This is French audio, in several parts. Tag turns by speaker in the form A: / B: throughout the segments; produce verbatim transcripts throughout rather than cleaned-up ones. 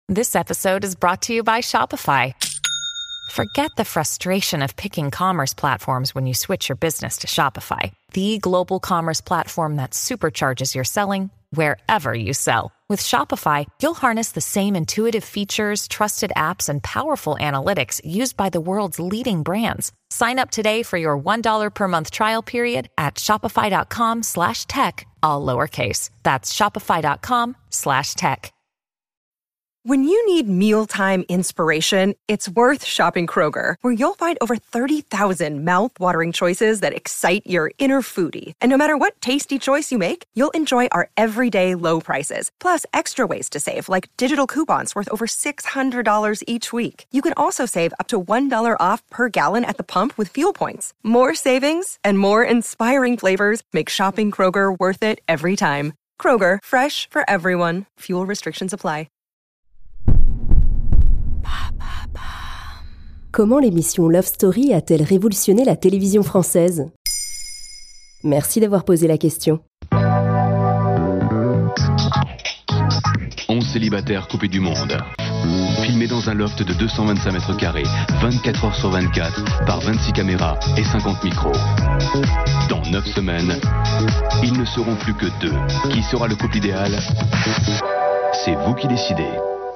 A: This episode is brought to you by Shopify. Forget the frustration of picking commerce platforms when you switch your business to Shopify, the global commerce platform that supercharges your selling wherever you sell. With Shopify, you'll harness the same intuitive features, trusted apps, and powerful analytics used by the world's leading brands. Sign up today for your one dollar per month trial period at shopify.com slash tech, all lowercase. That's shopify.com slash tech.
B: When you need mealtime inspiration, it's worth shopping Kroger, where you'll find over thirty thousand mouth-watering choices that excite your inner foodie. And no matter what tasty choice you make, you'll enjoy our everyday low prices, plus extra ways to save, like digital coupons worth over six hundred dollars each week. You can also save up to one dollar off per gallon at the pump with fuel points. More savings and more inspiring flavors make shopping Kroger worth it every time. Kroger, fresh for everyone. Fuel restrictions apply.
C: Comment l'émission Love Story a-t-elle révolutionné la télévision française ? Merci d'avoir posé la question.
D: onze célibataires coupés du monde. Filmés dans un loft de deux cent vingt-cinq mètres carrés, vingt-quatre heures sur vingt-quatre, par vingt-six caméras et cinquante micros. Dans neuf semaines, ils ne seront plus que deux. Qui sera le couple idéal ? C'est vous qui décidez.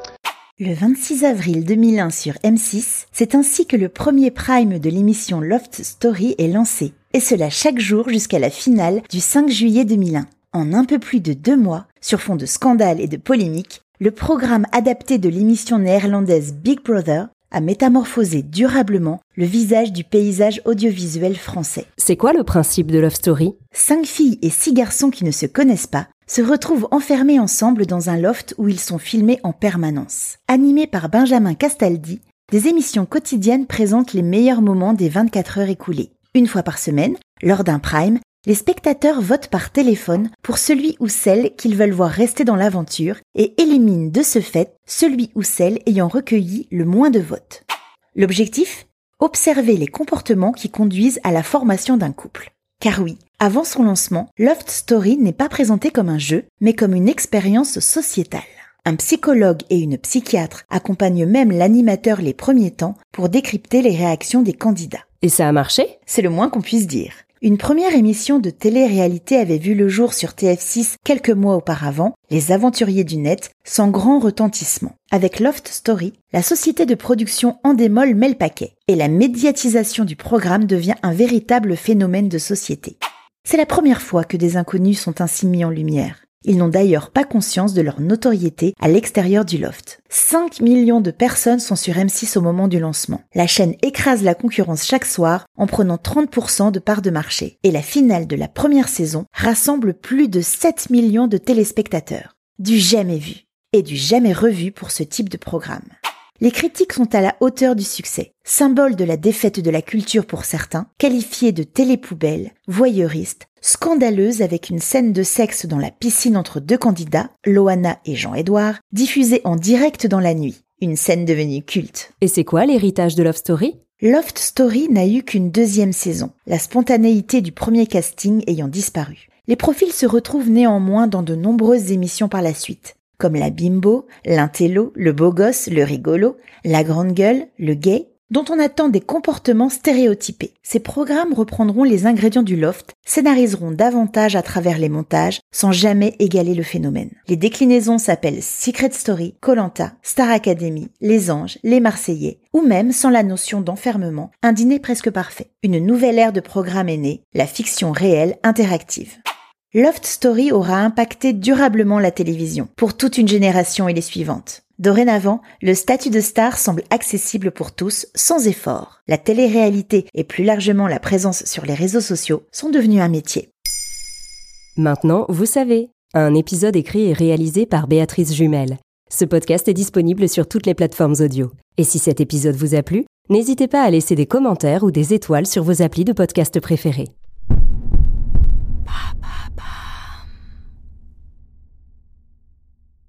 E: Le vingt-six avril deux mille un sur M six, c'est ainsi que le premier prime de l'émission Love Story est lancé, et cela chaque jour jusqu'à la finale du cinq juillet deux mille un. En un peu plus de deux mois, sur fond de scandales et de polémiques, le programme adapté de l'émission néerlandaise Big Brother a métamorphosé durablement le visage du paysage audiovisuel français.
C: C'est quoi le principe de Love Story ?
E: Cinq filles et six garçons qui ne se connaissent pas se retrouvent enfermés ensemble dans un loft où ils sont filmés en permanence. Animés par Benjamin Castaldi, des émissions quotidiennes présentent les meilleurs moments des vingt-quatre heures écoulées. Une fois par semaine, lors d'un prime, les spectateurs votent par téléphone pour celui ou celle qu'ils veulent voir rester dans l'aventure et éliminent de ce fait celui ou celle ayant recueilli le moins de votes. L'objectif ? Observer les comportements qui conduisent à la formation d'un couple. Car oui, avant son lancement, Love Story n'est pas présenté comme un jeu, mais comme une expérience sociétale. Un psychologue et une psychiatre accompagnent même l'animateur les premiers temps pour décrypter les réactions des candidats.
C: Et ça a marché ?
E: C'est le moins qu'on puisse dire. Une première émission de télé-réalité avait vu le jour sur T F six quelques mois auparavant, Les Aventuriers du Net, sans grand retentissement. Avec Love Story, la société de production Endemol met le paquet, et la médiatisation du programme devient un véritable phénomène de société. C'est la première fois que des inconnus sont ainsi mis en lumière. Ils n'ont d'ailleurs pas conscience de leur notoriété à l'extérieur du loft. cinq millions de personnes sont sur M six au moment du lancement. La chaîne écrase la concurrence chaque soir en prenant trente pour cent de part de marché. Et la finale de la première saison rassemble plus de sept millions de téléspectateurs. Du jamais vu et du jamais revu pour ce type de programme. Les critiques sont à la hauteur du succès. Symbole de la défaite de la culture pour certains, qualifiée de télépoubelle, voyeuriste, scandaleuse avec une scène de sexe dans la piscine entre deux candidats, Loana et Jean-Édouard, diffusée en direct dans la nuit. Une scène devenue culte.
C: Et c'est quoi l'héritage de Love Story ?
E: Love Story n'a eu qu'une deuxième saison, la spontanéité du premier casting ayant disparu. Les profils se retrouvent néanmoins dans de nombreuses émissions par la suite, comme la bimbo, l'intello, le beau gosse, le rigolo, la grande gueule, le gay, dont on attend des comportements stéréotypés. Ces programmes reprendront les ingrédients du loft, scénariseront davantage à travers les montages, sans jamais égaler le phénomène. Les déclinaisons s'appellent Secret Story, Koh-Lanta, Star Academy, Les Anges, Les Marseillais, ou même, sans la notion d'enfermement, un dîner presque parfait. Une nouvelle ère de programme est née, la fiction réelle interactive. Love Story aura impacté durablement la télévision, pour toute une génération et les suivantes. Dorénavant, le statut de star semble accessible pour tous, sans effort. La télé-réalité et plus largement la présence sur les réseaux sociaux sont devenus un métier.
C: Maintenant, vous savez, un épisode écrit et réalisé par Béatrice Jumel. Ce podcast est disponible sur toutes les plateformes audio. Et si cet épisode vous a plu, n'hésitez pas à laisser des commentaires ou des étoiles sur vos applis de podcast préférés. Ba, ba, ba.